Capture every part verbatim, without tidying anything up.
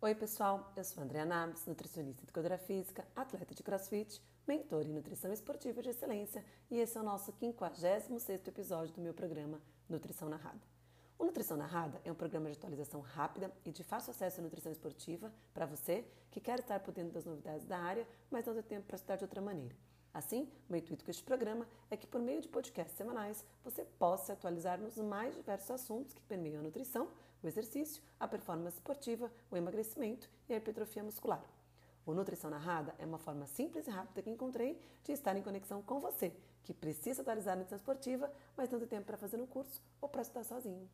Oi pessoal, eu sou a Andrea Naves, nutricionista e educadora física, atleta de crossfit, mentor em nutrição esportiva de excelência e esse é o nosso quinquagésimo sexto episódio do meu programa Nutrição Narrada. O Nutrição Narrada é um programa de atualização rápida e de fácil acesso à nutrição esportiva para você que quer estar por dentro das novidades da área, mas não tem tempo para estudar de outra maneira. Assim, o intuito com este programa é que por meio de podcasts semanais você possa se atualizar nos mais diversos assuntos que permeiam a nutrição, o exercício, a performance esportiva, o emagrecimento e a hipertrofia muscular. O Nutrição Narrada é uma forma simples e rápida que encontrei de estar em conexão com você, que precisa atualizar a nutrição esportiva, mas não tem tempo para fazer um curso ou para estudar sozinho.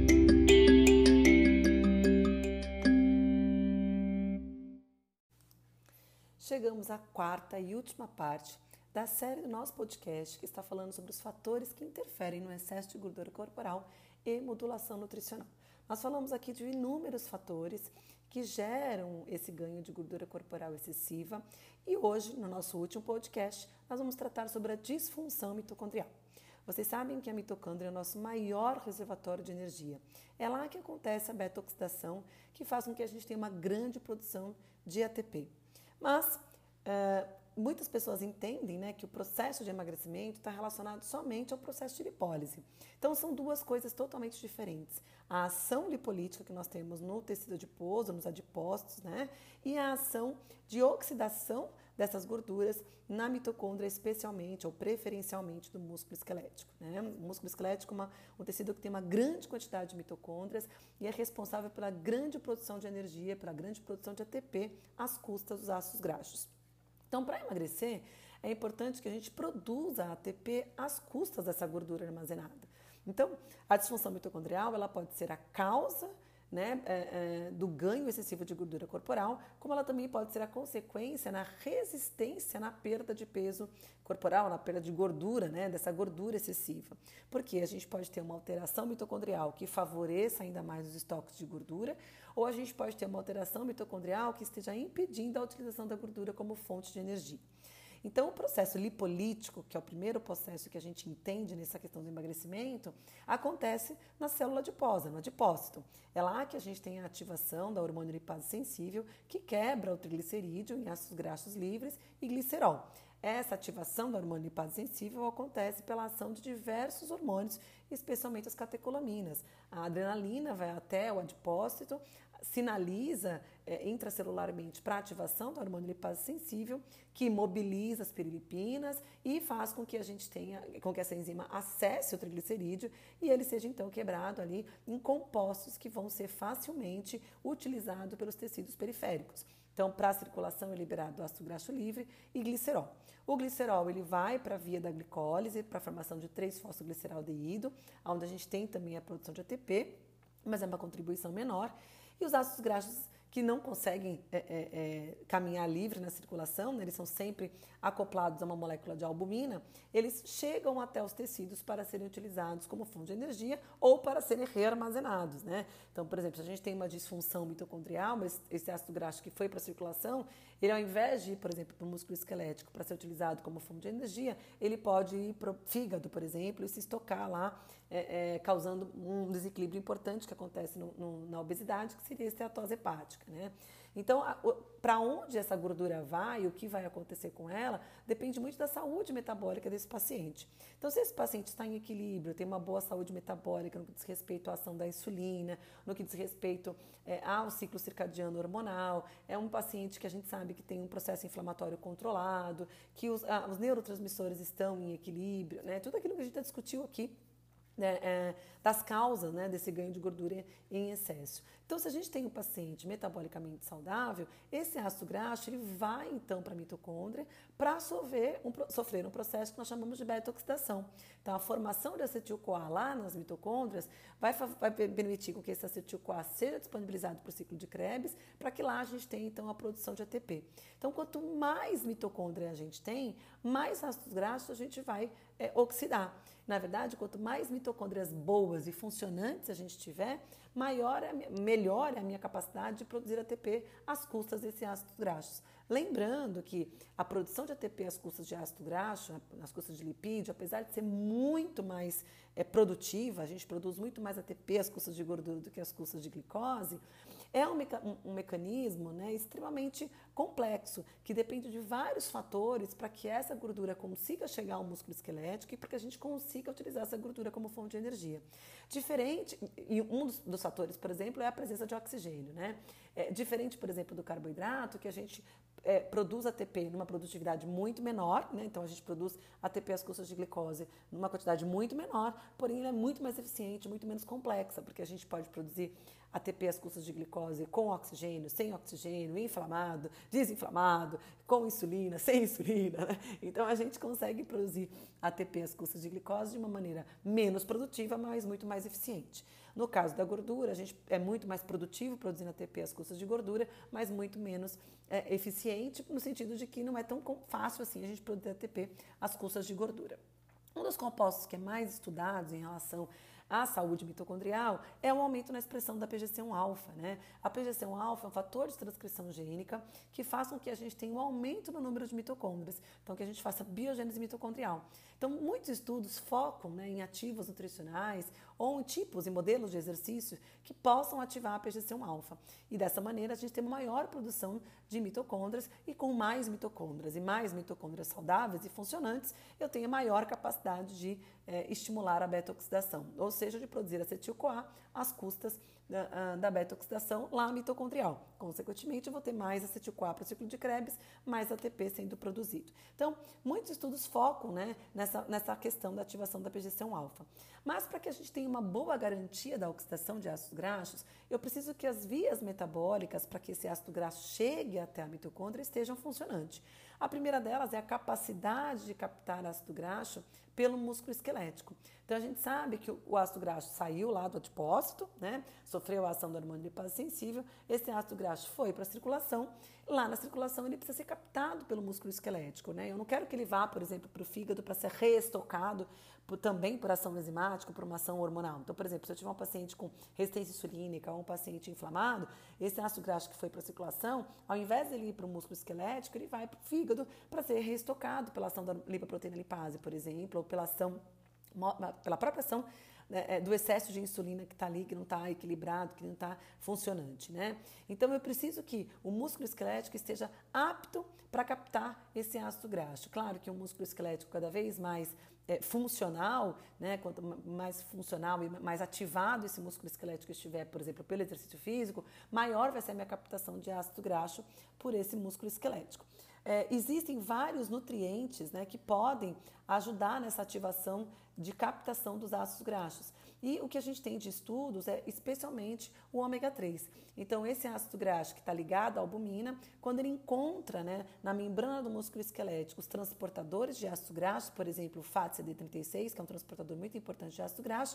Chegamos à quarta e última parte da série do nosso podcast que está falando sobre os fatores que interferem no excesso de gordura corporal e modulação nutricional. Nós falamos aqui de inúmeros fatores que geram esse ganho de gordura corporal excessiva e hoje, no nosso último podcast, nós vamos tratar sobre a disfunção mitocondrial. Vocês sabem que a mitocôndria é o nosso maior reservatório de energia. É lá que acontece a beta-oxidação, que faz com que a gente tenha uma grande produção de A T P. Mas uh, muitas pessoas entendem, né, que o processo de emagrecimento está relacionado somente ao processo de lipólise. Então são duas coisas totalmente diferentes. A ação lipolítica que nós temos no tecido adiposo, nos adipócitos, né, e a ação de oxidação dessas gorduras na mitocôndria, especialmente ou preferencialmente do músculo esquelético. Né? O músculo esquelético é uma, um tecido que tem uma grande quantidade de mitocôndrias e é responsável pela grande produção de energia, pela grande produção de A T P às custas dos ácidos graxos. Então, para emagrecer, é importante que a gente produza A T P às custas dessa gordura armazenada. Então, a disfunção mitocondrial ela pode ser a causa, né, é, é, do ganho excessivo de gordura corporal, como ela também pode ser a consequência na resistência na perda de peso corporal, na perda de gordura, né, dessa gordura excessiva. Porque a gente pode ter uma alteração mitocondrial que favoreça ainda mais os estoques de gordura, ou a gente pode ter uma alteração mitocondrial que esteja impedindo a utilização da gordura como fonte de energia. Então, o processo lipolítico, que é o primeiro processo que a gente entende nessa questão do emagrecimento, acontece na célula adiposa, no adipócito. É lá que a gente tem a ativação da hormônio lipase sensível, que quebra o triglicerídeo em ácidos graxos livres e glicerol. Essa ativação da hormônio lipase sensível acontece pela ação de diversos hormônios, especialmente as catecolaminas. A adrenalina vai até o adipócito, sinaliza é, intracelularmente para a ativação do hormônio lipase sensível, que mobiliza as pirilipinas e faz com que a gente tenha, com que essa enzima acesse o triglicerídeo e ele seja então quebrado ali em compostos que vão ser facilmente utilizados pelos tecidos periféricos. Então, para a circulação é liberado ácido graxo livre e glicerol. O glicerol ele vai para a via da glicólise, para a formação de três fosfogliceraldeído, onde a gente tem também a produção de A T P, mas é uma contribuição menor. E os ácidos graxos que não conseguem é, é, é, caminhar livre na circulação, né, eles são sempre acoplados a uma molécula de albumina, eles chegam até os tecidos para serem utilizados como fonte de energia ou para serem rearmazenados. Né? Então, por exemplo, se a gente tem uma disfunção mitocondrial, mas esse ácido graxo que foi para a circulação, ele ao invés de ir, por exemplo, para o músculo esquelético para ser utilizado como fonte de energia, ele pode ir para o fígado, por exemplo, e se estocar lá, é, é, causando um desequilíbrio importante que acontece no, no, na obesidade, que seria a esteatose hepática. Né? Então, para onde essa gordura vai e o que vai acontecer com ela, depende muito da saúde metabólica desse paciente. Então, se esse paciente está em equilíbrio, tem uma boa saúde metabólica no que diz respeito à ação da insulina, no que diz respeito é, ao ciclo circadiano hormonal, é um paciente que a gente sabe que tem um processo inflamatório controlado, que os, ah, os neurotransmissores estão em equilíbrio, né? Tudo aquilo que a gente já discutiu aqui, né, é, das causas, né, desse ganho de gordura em excesso. Então, se a gente tem um paciente metabolicamente saudável, esse ácido graxo ele vai então para a mitocôndria para sofrer um, sofrer um processo que nós chamamos de beta-oxidação. Então, a formação de acetil-CoA lá nas mitocôndrias vai, vai permitir que esse acetil-CoA seja disponibilizado para o ciclo de Krebs, para que lá a gente tenha então a produção de A T P. Então, quanto mais mitocôndria a gente tem, mais ácidos graxos a gente vai é, oxidar. Na verdade, quanto mais mitocôndrias boas e funcionantes a gente tiver, maior é, melhor é a minha capacidade de produzir A T P às custas desses ácidos graxos. Lembrando que a produção de A T P às custas de ácido graxo, às custas de lipídio, apesar de ser muito mais é, produtiva, a gente produz muito mais A T P às custas de gordura do que às custas de glicose, É um, meca um, um mecanismo, né, extremamente complexo, que depende de vários fatores para que essa gordura consiga chegar ao músculo esquelético e para que a gente consiga utilizar essa gordura como fonte de energia. Diferente, e um dos, dos fatores, por exemplo, é a presença de oxigênio, né? É, diferente, por exemplo, do carboidrato, que a gente é, produz A T P numa produtividade muito menor, né? Então a gente produz A T P às custas de glicose numa quantidade muito menor, porém ela é muito mais eficiente, muito menos complexa, porque a gente pode produzir A T P às custas de glicose com oxigênio, sem oxigênio, inflamado, desinflamado, com insulina, sem insulina, né? Então a gente consegue produzir A T P às custas de glicose de uma maneira menos produtiva, mas muito mais eficiente. No caso da gordura, a gente é muito mais produtivo produzindo A T P às custas de gordura, mas muito menos é, eficiente, no sentido de que não é tão fácil assim a gente produzir A T P às custas de gordura. Um dos compostos que é mais estudados em relação à saúde mitocondrial é o aumento na expressão da P G C um alfa, né? A P G C um alfa é um fator de transcrição gênica que faz com que a gente tenha um aumento no número de mitocôndrias, então que a gente faça biogênese mitocondrial. Então, muitos estudos focam, né, em ativos nutricionais ou em tipos e modelos de exercício que possam ativar a P G C um alfa. E dessa maneira a gente tem uma maior produção de mitocôndrias e com mais mitocôndrias e mais mitocôndrias saudáveis e funcionantes, eu tenho maior capacidade de é, estimular a beta-oxidação, ou seja, de produzir acetil-CoA às custas da, da beta-oxidação lá mitocondrial. Consequentemente, eu vou ter mais acetil-CoA para o ciclo de Krebs, mais A T P sendo produzido. Então, muitos estudos focam, né, nessa, nessa questão da ativação da P G C um alfa. Mas para que a gente tenha uma boa garantia da oxidação de ácidos graxos, eu preciso que as vias metabólicas para que esse ácido graxo chegue até a mitocôndria estejam funcionantes. A primeira delas é a capacidade de captar ácido graxo pelo músculo esquelético. Então a gente sabe que o ácido graxo saiu lá do adipócito, né? Sofreu a ação do hormônio lipase sensível, esse ácido graxo foi para a circulação, lá na circulação ele precisa ser captado pelo músculo esquelético, né? Eu não quero que ele vá, por exemplo, para o fígado para ser reestocado por, também por ação enzimática, por uma ação hormonal. Então, por exemplo, se eu tiver um paciente com resistência insulínica ou um paciente inflamado, esse ácido graxo que foi para a circulação, ao invés dele ir para o músculo esquelético, ele vai para o fígado para ser reestocado pela ação da lipoproteína lipase, por exemplo, ou pela ação, pela própria ação né, do excesso de insulina que está ali, que não está equilibrado, que não está funcionante, né? Então eu preciso que o músculo esquelético esteja apto para captar esse ácido graxo. Claro que um músculo esquelético cada vez mais é, funcional, né? Quanto mais funcional e mais ativado esse músculo esquelético estiver, por exemplo, pelo exercício físico, maior vai ser a minha captação de ácido graxo por esse músculo esquelético. É, existem vários nutrientes, né, que podem ajudar nessa ativação de captação dos ácidos graxos. E o que a gente tem de estudos é especialmente o ômega três. Então, esse ácido graxo que está ligado à albumina, quando ele encontra, né, na membrana do músculo esquelético os transportadores de ácido graxo, por exemplo, o F A T C D trinta e seis, que é um transportador muito importante de ácido graxo,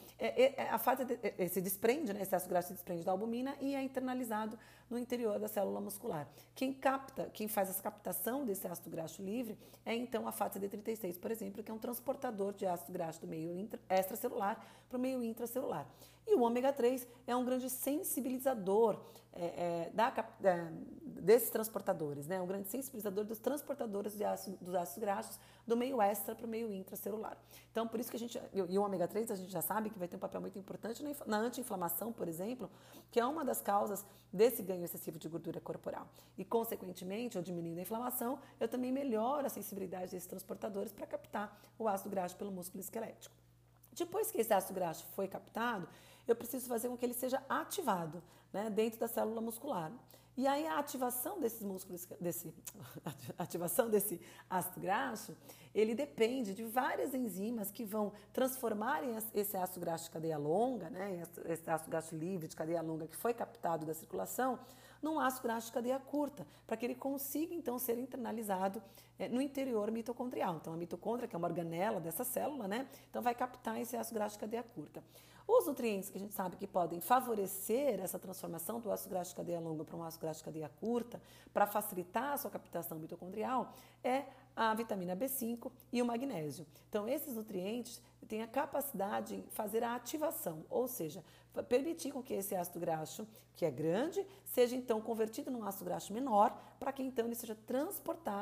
É, é, a F A T é, se desprende, né, esse ácido graxo se desprende da albumina e é internalizado no interior da célula muscular. Quem capta, quem faz essa captação desse ácido graxo livre é então a F A T C D trinta e seis, por exemplo, que é um transportador de ácido graxo do meio intra, extracelular para o meio intracelular. E o ômega três é um grande sensibilizador é, é, da, é, desses transportadores, né? Um grande sensibilizador dos transportadores de ácido, dos ácidos graxos do meio extra para o meio intracelular. Então, por isso que a gente, e o ômega três a gente já sabe que vai ter um papel muito importante na anti-inflamação, por exemplo, que é uma das causas desse ganho excessivo de gordura corporal. E, consequentemente, eu diminuindo a inflamação, eu também melhoro a sensibilidade desses transportadores para captar o ácido graxo pelo músculo esquelético. Depois que esse ácido graxo foi captado, eu preciso fazer com que ele seja ativado, né, dentro da célula muscular. E aí a ativação desses músculos, desse, ativação desse ácido graxo, ele depende de várias enzimas que vão transformarem esse ácido graxo de cadeia longa, né, esse ácido graxo livre de cadeia longa que foi captado da circulação, num ácido graxo de cadeia curta, para que ele consiga então ser internalizado é, no interior mitocondrial. Então a mitocôndria, que é uma organela dessa célula, né, então vai captar esse ácido graxo de cadeia curta. Os nutrientes que a gente sabe que podem favorecer essa transformação do ácido graxo de cadeia longa para um ácido graxo de cadeia curta, para facilitar a sua captação mitocondrial, é a vitamina B cinco e o magnésio. Então, esses nutrientes têm a capacidade de fazer a ativação, ou seja, permitir com que esse ácido graxo, que é grande, seja então convertido num ácido graxo menor, para que então ele seja transportado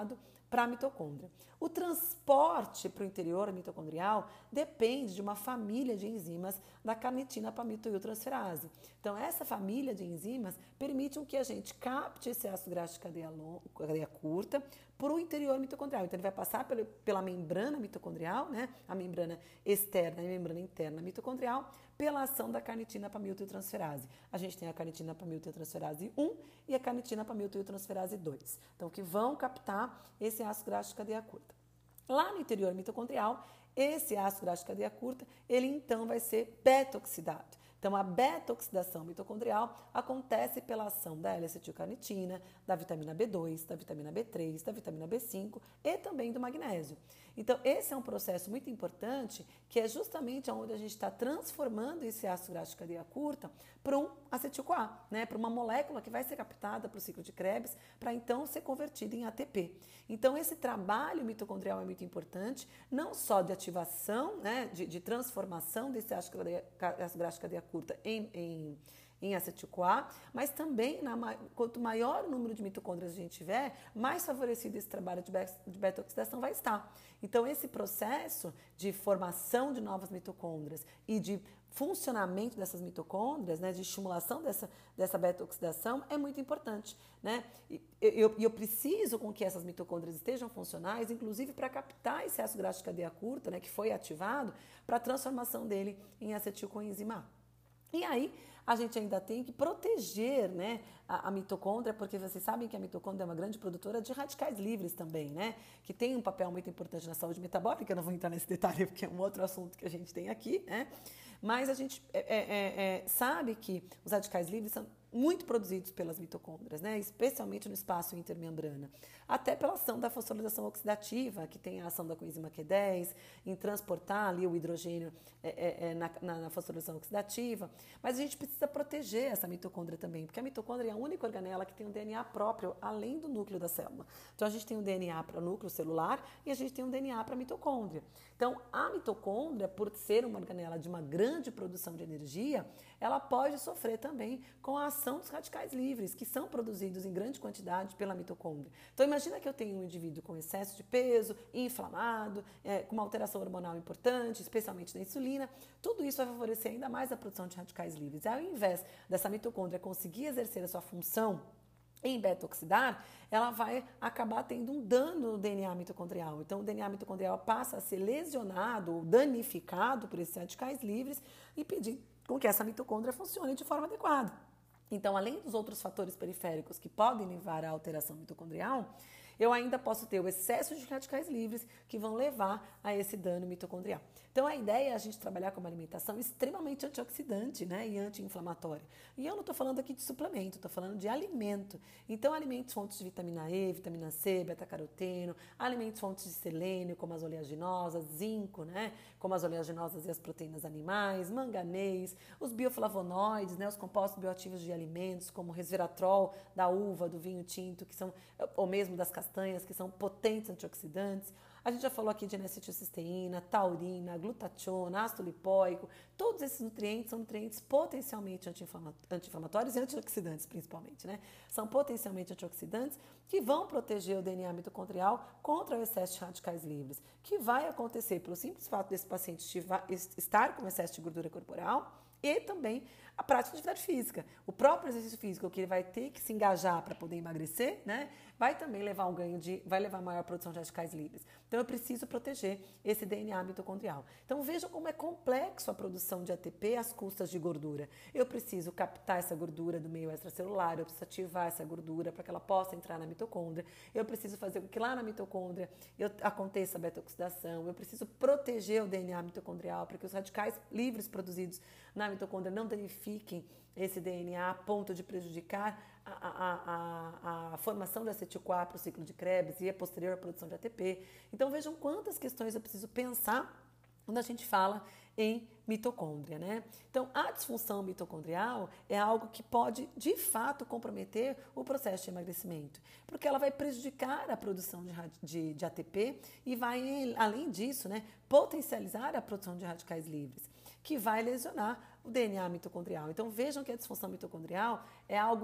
para a mitocôndria. O transporte para o interior mitocondrial depende de uma família de enzimas da carnitina palmitoiltransferase. Então, essa família de enzimas permite que a gente capte esse ácido graxo de cadeia, long, cadeia curta para o interior mitocondrial. Então, ele vai passar pela, pela membrana mitocondrial, né? A membrana externa e a membrana interna mitocondrial, pela ação da carnitina palmitoiltransferase. A gente tem a carnitina palmitoiltransferase um e a carnitina palmitoiltransferase dois. Então, que vão captar esse ácido graxo de cadeia curta. Lá no interior mitocondrial, esse ácido graxo de cadeia curta, ele então vai ser beta-oxidado. Então, a beta-oxidação mitocondrial acontece pela ação da L-acetilcarnitina, da vitamina B dois, da vitamina B três, da vitamina B cinco e também do magnésio. Então, esse é um processo muito importante, que é justamente onde a gente está transformando esse ácido graxo de cadeia curta para um acetil-CoA, né? Para uma molécula que vai ser captada para o ciclo de Krebs, para então ser convertida em A T P. Então, esse trabalho mitocondrial é muito importante, não só de ativação, né? de, de transformação desse ácido graxo de cadeia curta em, em em acetil-CoA, mas também, na, quanto maior o número de mitocôndrias a gente tiver, mais favorecido esse trabalho de beta-oxidação vai estar. Então, esse processo de formação de novas mitocôndrias e de funcionamento dessas mitocôndrias, né, de estimulação dessa, dessa beta-oxidação é muito importante, né? E eu, eu preciso com que essas mitocôndrias estejam funcionais, inclusive para captar esse ácido graxo de cadeia curta, né, que foi ativado, para a transformação dele em acetilcoenzima A. E aí, a gente ainda tem que proteger, né, a, a mitocôndria, porque vocês sabem que a mitocôndria é uma grande produtora de radicais livres também, né, que tem um papel muito importante na saúde metabólica. Eu não vou entrar nesse detalhe porque é um outro assunto que a gente tem aqui, né, mas a gente é, é, é, sabe que os radicais livres são muito produzidos pelas mitocôndrias, né? Especialmente no espaço intermembrana, até pela ação da fosforilação oxidativa, que tem a ação da coenzima Q dez, em transportar ali o hidrogênio é, é, é, na, na, na fosforilação oxidativa, mas a gente precisa proteger essa mitocôndria também, porque a mitocôndria é a única organela que tem um D N A próprio, além do núcleo da célula. Então, a gente tem um D N A para o núcleo celular e a gente tem um D N A para a mitocôndria. Então, a mitocôndria, por ser uma organela de uma grande produção de energia, ela pode sofrer também com a ação dos radicais livres, que são produzidos em grande quantidade pela mitocôndria. Então, imagina que eu tenho um indivíduo com excesso de peso, inflamado, é, com uma alteração hormonal importante, especialmente da insulina. Tudo isso vai favorecer ainda mais a produção de radicais livres. E ao invés dessa mitocôndria conseguir exercer a sua função em beta-oxidar, ela vai acabar tendo um dano no D N A mitocondrial. Então, o D N A mitocondrial passa a ser lesionado ou danificado por esses radicais livres e pedir com que essa mitocôndria funcione de forma adequada. Então, além dos outros fatores periféricos que podem levar à alteração mitocondrial, eu ainda posso ter o excesso de radicais livres que vão levar a esse dano mitocondrial. Então, a ideia é a gente trabalhar com uma alimentação extremamente antioxidante, né, e anti-inflamatória. E eu não estou falando aqui de suplemento, estou falando de alimento. Então, alimentos fontes de vitamina E, vitamina C, beta-caroteno, alimentos fontes de selênio, como as oleaginosas, zinco, né, como as oleaginosas e as proteínas animais, manganês, os bioflavonoides, né, os compostos bioativos de alimentos, como o resveratrol da uva, do vinho tinto, que são, ou mesmo das castanhas, que são potentes antioxidantes. A gente já falou aqui de N-acetilcisteína, taurina, glutationa, ácido lipóico. Todos esses nutrientes são nutrientes potencialmente anti-inflamatórios e antioxidantes, principalmente, né? São potencialmente antioxidantes que vão proteger o D N A mitocondrial contra o excesso de radicais livres, que vai acontecer pelo simples fato desse paciente estar com excesso de gordura corporal e também a prática de atividade física. O próprio exercício físico, que ele vai ter que se engajar para poder emagrecer, né, vai também levar um ganho de, vai levar a maior produção de radicais livres. Então, eu preciso proteger esse D N A mitocondrial. Então, vejam como é complexo a produção de A T P às custas de gordura. Eu preciso captar essa gordura do meio extracelular, eu preciso ativar essa gordura para que ela possa entrar na mitocôndria, eu preciso fazer com que lá na mitocôndria eu, aconteça a beta-oxidação, eu preciso proteger o D N A mitocondrial para que os radicais livres produzidos na mitocôndria não danifiquem esse D N A a ponto de prejudicar a, a, a, a formação da acetil-CoA para o ciclo de Krebs e a posterior produção de A T P. Então, vejam quantas questões eu preciso pensar quando a gente fala em mitocôndria, né? Então, a disfunção mitocondrial é algo que pode, de fato, comprometer o processo de emagrecimento, porque ela vai prejudicar a produção de, de, de A T P e vai, além disso, né, potencializar a produção de radicais livres, que vai lesionar o D N A mitocondrial. Então, vejam que a disfunção mitocondrial é algo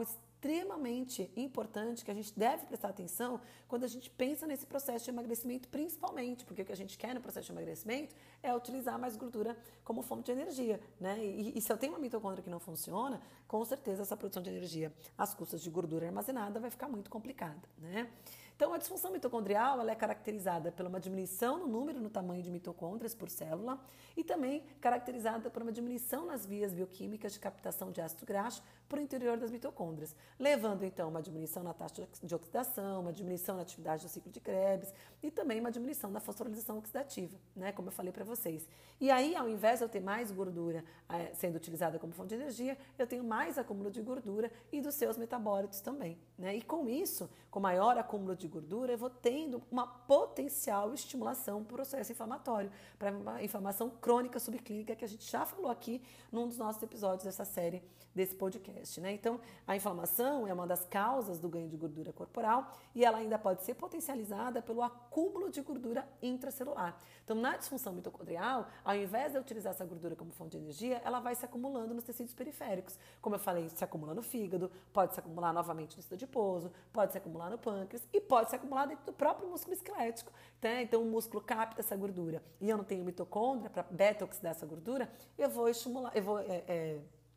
extremamente importante que a gente deve prestar atenção quando a gente pensa nesse processo de emagrecimento, principalmente, porque o que a gente quer no processo de emagrecimento é utilizar mais gordura como fonte de energia, né? E, e se eu tenho uma mitocôndria que não funciona, com certeza essa produção de energia às custas de gordura armazenada vai ficar muito complicada, né? Então, a disfunção mitocondrial ela é caracterizada por uma diminuição no número e no tamanho de mitocôndrias por célula e também caracterizada por uma diminuição nas vias bioquímicas de captação de ácido graxo para o interior das mitocôndrias, levando então uma diminuição na taxa de oxidação, uma diminuição na atividade do ciclo de Krebs e também uma diminuição da fosforilação oxidativa, né, como eu falei para vocês. E aí, ao invés de eu ter mais gordura é, sendo utilizada como fonte de energia, eu tenho mais acúmulo de gordura e dos seus metabólitos também, né? E com isso, com maior acúmulo de gordura, eu vou tendo uma potencial estimulação para o processo inflamatório, para uma inflamação crônica subclínica que a gente já falou aqui num dos nossos episódios dessa série, desse podcast, né? Então, a inflamação é uma das causas do ganho de gordura corporal e ela ainda pode ser potencializada pelo acúmulo de gordura intracelular. Então, na disfunção mitocondrial, ao invés de eu utilizar essa gordura como fonte de energia, ela vai se acumulando nos tecidos periféricos. Como eu falei, se acumula no fígado, pode se acumular novamente no tecido adiposo, pode se acumular no pâncreas e pode se acumular dentro do próprio músculo esquelético, né? Então, o músculo capta essa gordura e eu não tenho mitocôndria para beta-oxidar essa gordura, eu vou estimular, eu vou... É, é,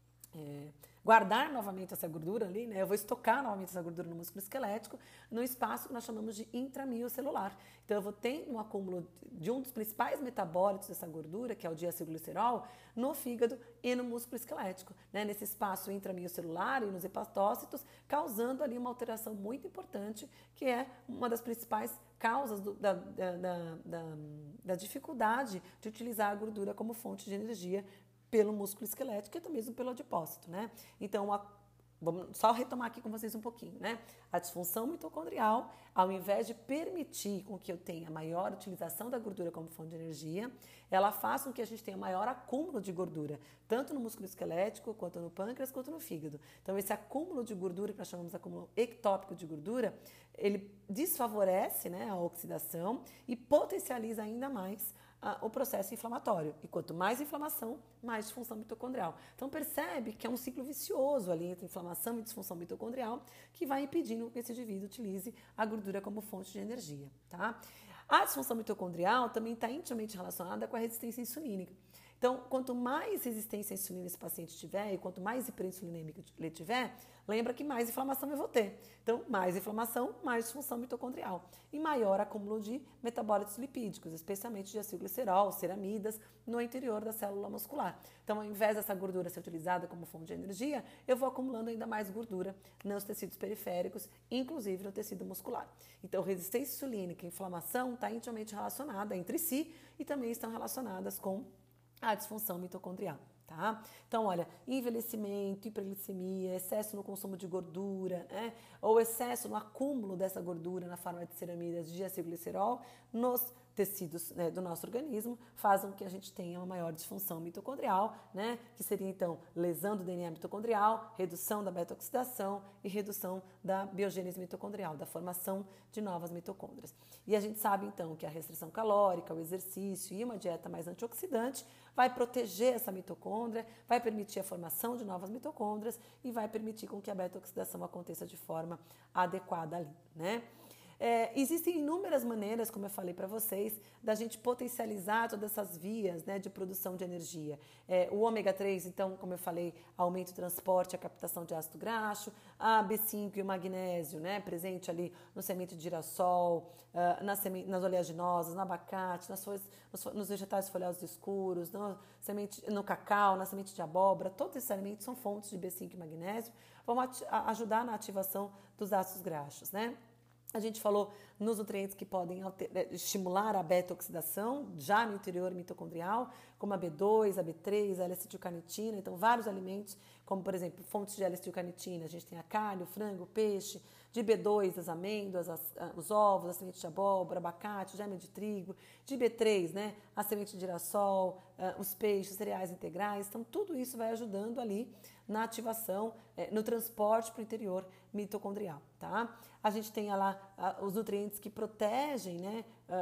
É, guardar novamente essa gordura ali, né? Eu vou estocar novamente essa gordura no músculo esquelético no espaço que nós chamamos de intramiocelular. Então eu vou ter um acúmulo de um dos principais metabólitos dessa gordura, que é o diacilglicerol, no fígado e no músculo esquelético, né? Nesse espaço intramiocelular e nos hepatócitos, causando ali uma alteração muito importante, que é uma das principais causas do, da, da, da, da, da dificuldade de utilizar a gordura como fonte de energia pelo músculo esquelético e até mesmo pelo adipócito, né? Então, a, vamos só retomar aqui com vocês um pouquinho, né? A disfunção mitocondrial, ao invés de permitir com que eu tenha maior utilização da gordura como fonte de energia, ela faz com que a gente tenha maior acúmulo de gordura, tanto no músculo esquelético, quanto no pâncreas, quanto no fígado. Então, esse acúmulo de gordura, que nós chamamos de acúmulo ectópico de gordura, ele desfavorece, né, a oxidação e potencializa ainda mais o processo inflamatório. E quanto mais inflamação, mais disfunção mitocondrial. Então percebe que é um ciclo vicioso ali entre inflamação e disfunção mitocondrial que vai impedindo que esse indivíduo utilize a gordura como fonte de energia, tá? A disfunção mitocondrial também está intimamente relacionada com a resistência insulínica. Então, quanto mais resistência à insulina esse paciente tiver e quanto mais hiperinsulinêmico ele tiver, lembra que mais inflamação eu vou ter. Então, mais inflamação, mais disfunção mitocondrial. E maior acúmulo de metabólitos lipídicos, especialmente de acilglicerol, ceramidas, no interior da célula muscular. Então, ao invés dessa gordura ser utilizada como fonte de energia, eu vou acumulando ainda mais gordura nos tecidos periféricos, inclusive no tecido muscular. Então, resistência insulínica e inflamação estão intimamente relacionadas entre si e também estão relacionadas com a disfunção mitocondrial, tá? Então, olha, envelhecimento, hiperglicemia, excesso no consumo de gordura, né? Ou excesso no acúmulo dessa gordura na forma de ceramidas de acilglicerol nos tecidos, né, do nosso organismo, fazem com que a gente tenha uma maior disfunção mitocondrial, né? Que seria, então, lesão do D N A mitocondrial, redução da beta-oxidação e redução da biogênese mitocondrial, da formação de novas mitocôndrias. E a gente sabe, então, que a restrição calórica, o exercício e uma dieta mais antioxidante vai proteger essa mitocôndria, vai permitir a formação de novas mitocôndrias e vai permitir com que a beta-oxidação aconteça de forma adequada ali, né? É, existem inúmeras maneiras, como eu falei para vocês, da gente potencializar todas essas vias, né, de produção de energia. É, o ômega três, então, como eu falei, aumenta o transporte e a captação de ácido graxo, a B cinco e o magnésio, né, presente ali no semente de girassol, uh, nas, seme- nas oleaginosas, no abacate, nas folhas, nos, nos vegetais folhosos escuros, no, semente, no cacau, na semente de abóbora, todos esses alimentos são fontes de B cinco e magnésio, vão ati- ajudar na ativação dos ácidos graxos, né? A gente falou nos nutrientes que podem alter, estimular a beta-oxidação, já no interior mitocondrial, como a B dois, a B três, a L-acetilcarnitina. Então, vários alimentos, como, por exemplo, fontes de L-acetilcarnitina. A gente tem a carne, o frango, o peixe, de B dois, as amêndoas, as, os ovos, a semente de abóbora, abacate, germe de trigo, de B três, né, a semente de girassol, os peixes, cereais integrais. Então, tudo isso vai ajudando ali na ativação, no transporte para o interior mitocondrial, tá? A gente tem lá os nutrientes que protegem, né,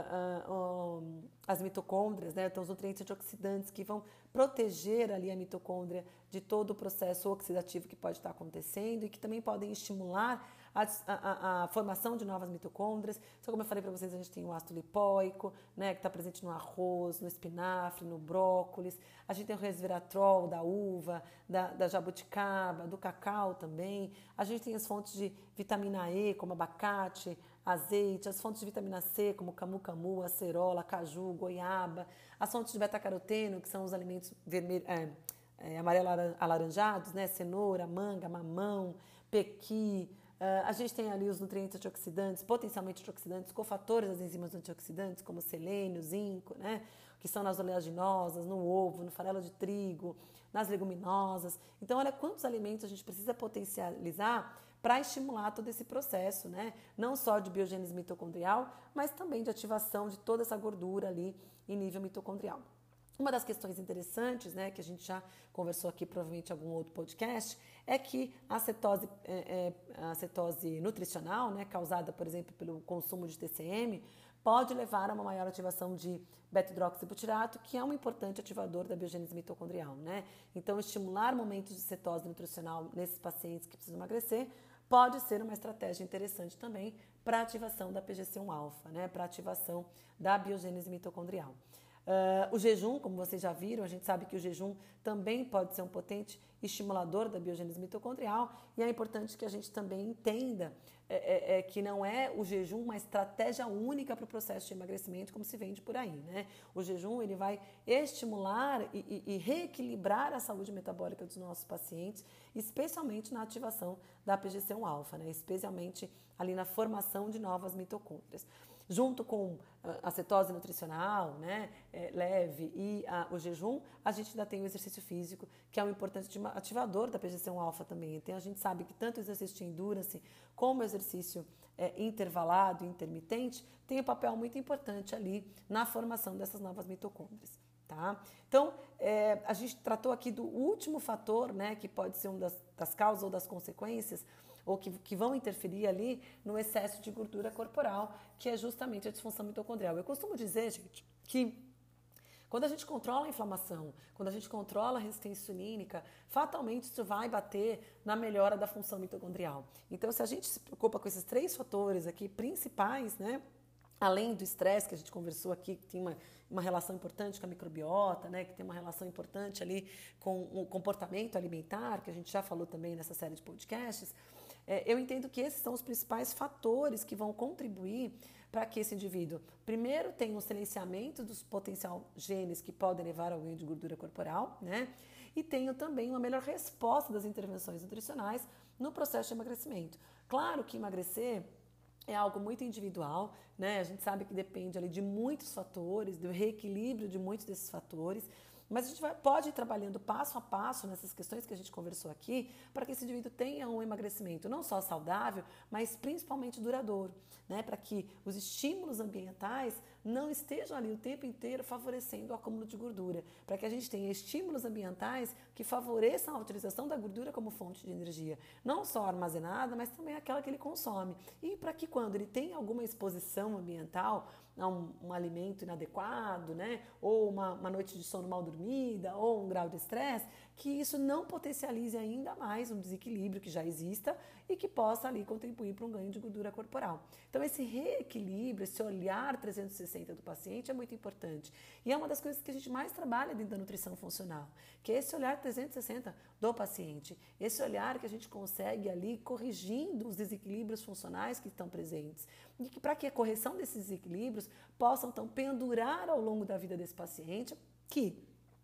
as mitocôndrias, né? Então, os nutrientes antioxidantes que vão proteger ali a mitocôndria de todo o processo oxidativo que pode estar acontecendo e que também podem estimular a, a, a formação de novas mitocôndrias. Então, como eu falei para vocês, a gente tem o ácido lipóico, né, que está presente no arroz, no espinafre, no brócolis. A gente tem o resveratrol da uva, da, da jabuticaba, do cacau também. A gente tem as fontes de vitamina E, como abacate, azeite, as fontes de vitamina C, como camu-camu, acerola, caju, goiaba, as fontes de beta-caroteno, que são os alimentos vermelhos, é, é, amarelo alaranjados, né, cenoura, manga, mamão, pequi. Uh, a gente tem ali os nutrientes antioxidantes, potencialmente antioxidantes, cofatores das enzimas antioxidantes, como selênio, zinco, né, que são nas oleaginosas, no ovo, no farelo de trigo, nas leguminosas. Então, olha quantos alimentos a gente precisa potencializar para estimular todo esse processo, né? Não só de biogênese mitocondrial, mas também de ativação de toda essa gordura ali em nível mitocondrial. Uma das questões interessantes, né, que a gente já conversou aqui provavelmente em algum outro podcast, é que a cetose, é, é, a cetose nutricional, né, causada, por exemplo, pelo consumo de T C M, pode levar a uma maior ativação de beta-hidroxibutirato, que é um importante ativador da biogênese mitocondrial, né? Então, estimular momentos de cetose nutricional nesses pacientes que precisam emagrecer pode ser uma estratégia interessante também para a ativação da P G C um alfa, né? Para a ativação da biogênese mitocondrial. Uh, o jejum, como vocês já viram, a gente sabe que o jejum também pode ser um potente estimulador da biogênese mitocondrial e é importante que a gente também entenda é, é, é, que não é o jejum uma estratégia única para o processo de emagrecimento como se vende por aí, né? O jejum ele vai estimular e, e, e reequilibrar a saúde metabólica dos nossos pacientes, especialmente na ativação da P G C um alfa, né? Especialmente ali na formação de novas mitocôndrias. Junto com a cetose nutricional, né, é, leve e a, o jejum, a gente ainda tem o exercício físico, que é um importante ativador da P G C um alfa também. Então, a gente sabe que tanto o exercício de endurance como o exercício é, intervalado e intermitente tem um papel muito importante ali na formação dessas novas mitocôndrias. Tá? Então, é, a gente tratou aqui do último fator, né, que pode ser uma das, das causas ou das consequências, ou que, que vão interferir ali no excesso de gordura corporal, que é justamente a disfunção mitocondrial. Eu costumo dizer, gente, que quando a gente controla a inflamação, quando a gente controla a resistência insulínica, fatalmente isso vai bater na melhora da função mitocondrial. Então, se a gente se preocupa com esses três fatores aqui principais, né, além do estresse que a gente conversou aqui, que tem uma, uma relação importante com a microbiota, né, que tem uma relação importante ali com o comportamento alimentar, que a gente já falou também nessa série de podcasts, é, eu entendo que esses são os principais fatores que vão contribuir para que esse indivíduo, primeiro, tenha um silenciamento dos potencial genes que podem levar ao ganho de gordura corporal, né, e tenha também uma melhor resposta das intervenções nutricionais no processo de emagrecimento. Claro que emagrecer é algo muito individual, né? A gente sabe que depende ali de muitos fatores, do reequilíbrio de muitos desses fatores, mas a gente vai, pode ir trabalhando passo a passo nessas questões que a gente conversou aqui para que esse indivíduo tenha um emagrecimento não só saudável, mas principalmente duradouro, né? Para que os estímulos ambientais não estejam ali o tempo inteiro favorecendo o acúmulo de gordura, para que a gente tenha estímulos ambientais que favoreçam a utilização da gordura como fonte de energia, não só armazenada, mas também aquela que ele consome. E para que quando ele tem alguma exposição ambiental a um, um alimento inadequado, né, ou uma, uma noite de sono mal dormida, ou um grau de estresse, que isso não potencialize ainda mais um desequilíbrio que já exista e que possa ali contribuir para um ganho de gordura corporal. Então esse reequilíbrio, esse olhar trezentos e sessenta do paciente é muito importante. E é uma das coisas que a gente mais trabalha dentro da nutrição funcional, que é esse olhar trezentos e sessenta do paciente, esse olhar que a gente consegue ali corrigindo os desequilíbrios funcionais que estão presentes. E que para que a correção desses desequilíbrios possam então pendurar ao longo da vida desse paciente, que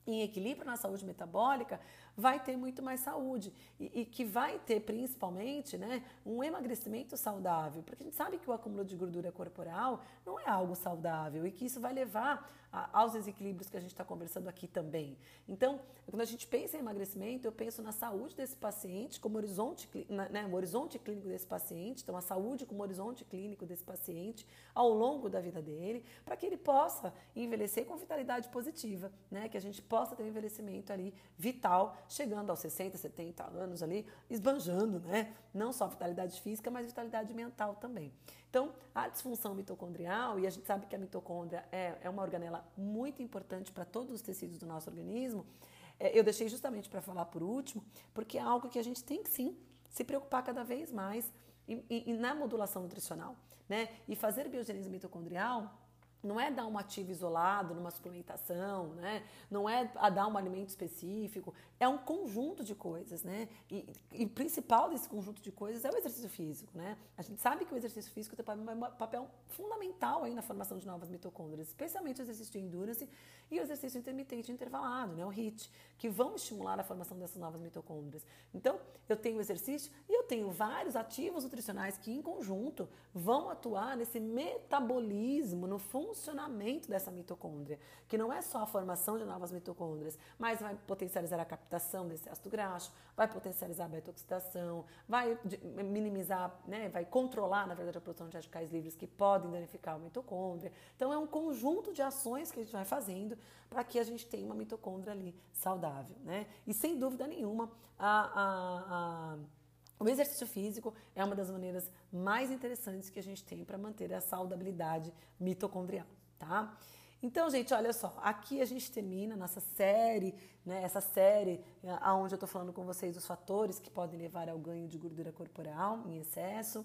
em equilíbrio na saúde metabólica, vai ter muito mais saúde e, e que vai ter principalmente, né, um emagrecimento saudável, porque a gente sabe que o acúmulo de gordura corporal não é algo saudável e que isso vai levar a, aos desequilíbrios que a gente está conversando aqui também. Então, quando a gente pensa em emagrecimento, eu penso na saúde desse paciente como horizonte, né, o horizonte clínico desse paciente, então a saúde como horizonte clínico desse paciente ao longo da vida dele, para que ele possa envelhecer com vitalidade positiva, né, que a gente possa ter um envelhecimento ali vital, chegando aos sessenta, setenta anos ali, esbanjando, né? Não só vitalidade física, mas vitalidade mental também. Então, a disfunção mitocondrial, e a gente sabe que a mitocôndria é, é uma organela muito importante para todos os tecidos do nosso organismo, é, eu deixei justamente para falar por último, porque é algo que a gente tem que sim se preocupar cada vez mais e, e, e na modulação nutricional, né? E fazer biogênese mitocondrial não é dar um ativo isolado numa suplementação, né? Não é a dar um alimento específico, é um conjunto de coisas, né? E, e o principal desse conjunto de coisas é o exercício físico, né? A gente sabe que o exercício físico tem um papel fundamental aí na formação de novas mitocôndrias, especialmente o exercício de endurance e o exercício intermitente intervalado, né? O H I I T, que vão estimular a formação dessas novas mitocôndrias. Então, eu tenho o exercício e eu tenho vários ativos nutricionais que, em conjunto, vão atuar nesse metabolismo, no funcionamento dessa mitocôndria, que não é só a formação de novas mitocôndrias, mas vai potencializar a captação desse ácido graxo, vai potencializar a beta-oxidação, vai minimizar, né, vai controlar, na verdade, a produção de radicais livres que podem danificar a mitocôndria. Então, é um conjunto de ações que a gente vai fazendo para que a gente tenha uma mitocôndria ali saudável, né? E, sem dúvida nenhuma, a... a, a O exercício físico é uma das maneiras mais interessantes que a gente tem para manter a saudabilidade mitocondrial, tá? Então, gente, olha só, aqui a gente termina nossa série, né, essa série onde eu estou falando com vocês dos fatores que podem levar ao ganho de gordura corporal em excesso.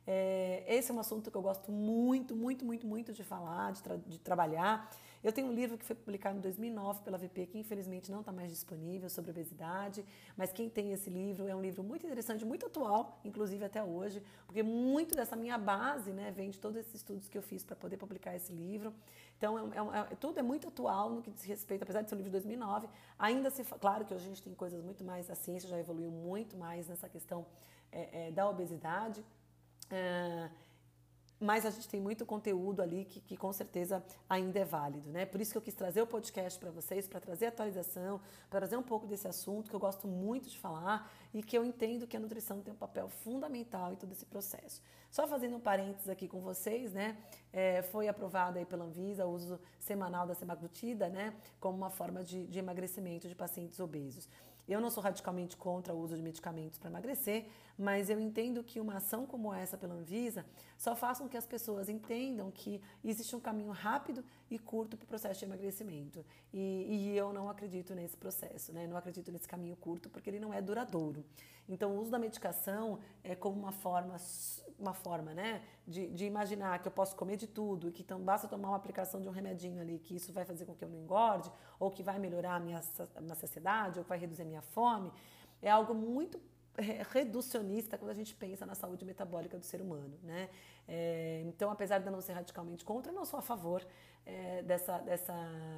É, esse é um assunto que eu gosto muito, muito, muito, muito de falar, de, tra de trabalhar. Eu tenho um livro que foi publicado em dois mil e nove pela V P, que infelizmente não está mais disponível, sobre obesidade, mas quem tem esse livro é um livro muito interessante, muito atual, inclusive até hoje, porque muito dessa minha base, né, vem de todos esses estudos que eu fiz para poder publicar esse livro. Então, é, é, é, tudo é muito atual no que diz respeito, apesar de ser um livro de dois mil e nove, ainda se, claro que hoje a gente tem coisas muito mais, a ciência já evoluiu muito mais nessa questão é, é, da obesidade, é, mas a gente tem muito conteúdo ali que, que com certeza ainda é válido, né? Por isso que eu quis trazer o podcast para vocês, para trazer atualização, para trazer um pouco desse assunto que eu gosto muito de falar e que eu entendo que a nutrição tem um papel fundamental em todo esse processo. Só fazendo um parênteses aqui com vocês, né? É, foi aprovado aí pela Anvisa o uso semanal da semaglutida, né? Como uma forma de, de emagrecimento de pacientes obesos. Eu não sou radicalmente contra o uso de medicamentos para emagrecer, mas eu entendo que uma ação como essa pela Anvisa só faz com que as pessoas entendam que existe um caminho rápido e curto para o processo de emagrecimento. E, e eu não acredito nesse processo, né? Não acredito nesse caminho curto porque ele não é duradouro. Então, o uso da medicação é como uma forma, uma forma né, de, de imaginar que eu posso comer de tudo e que então basta tomar uma aplicação de um remedinho ali que isso vai fazer com que eu não engorde, ou que vai melhorar a minha, a minha saciedade, ou que vai reduzir a minha fome, é algo muito reducionista quando a gente pensa na saúde metabólica do ser humano, né? É, então, apesar de eu não ser radicalmente contra, eu não sou a favor é, dessa... dessa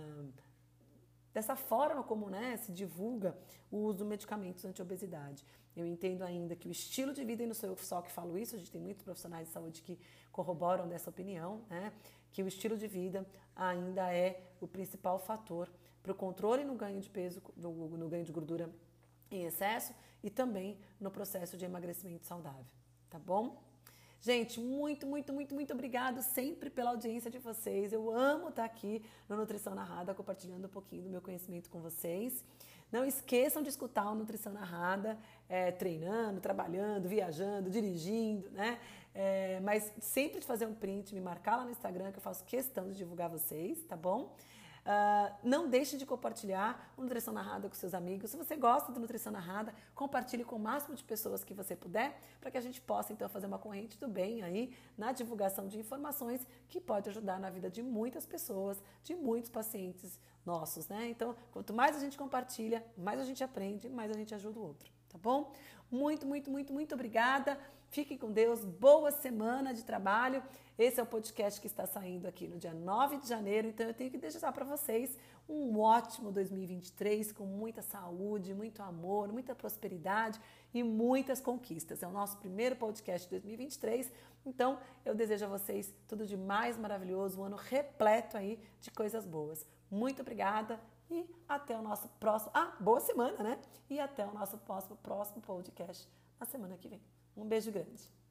Dessa forma como, né, se divulga o uso de medicamentos anti-obesidade. Eu entendo ainda que o estilo de vida, e não sou eu só que falo isso, a gente tem muitos profissionais de saúde que corroboram dessa opinião, né, que o estilo de vida ainda é o principal fator para o controle no ganho de peso, no, no ganho de gordura em excesso e também no processo de emagrecimento saudável, tá bom? Gente, muito, muito, muito, muito obrigado sempre pela audiência de vocês. Eu amo estar aqui no Nutrição Narrada, compartilhando um pouquinho do meu conhecimento com vocês. Não esqueçam de escutar o Nutrição Narrada, é, treinando, trabalhando, viajando, dirigindo, né? É, mas sempre de fazer um print, me marcar lá no Instagram, que eu faço questão de divulgar vocês, tá bom? Uh, não deixe de compartilhar o Nutrição Narrada com seus amigos. Se você gosta do Nutrição Narrada, compartilhe com o máximo de pessoas que você puder, para que a gente possa então fazer uma corrente do bem aí na divulgação de informações que pode ajudar na vida de muitas pessoas, de muitos pacientes nossos, né? Então, quanto mais a gente compartilha, mais a gente aprende, mais a gente ajuda o outro. tá bom? Muito, muito, muito, muito obrigada. Fiquem com Deus. Boa semana de trabalho. Esse é o podcast que está saindo aqui no dia nove de janeiro, então eu tenho que desejar para vocês um ótimo dois mil e vinte e três, com muita saúde, muito amor, muita prosperidade e muitas conquistas. É o nosso primeiro podcast de dois mil e vinte e três, então eu desejo a vocês tudo de mais maravilhoso, um ano repleto aí de coisas boas. Muito obrigada e até o nosso próximo... Ah, boa semana, né? E até o nosso próximo, próximo podcast na semana que vem. Um beijo grande.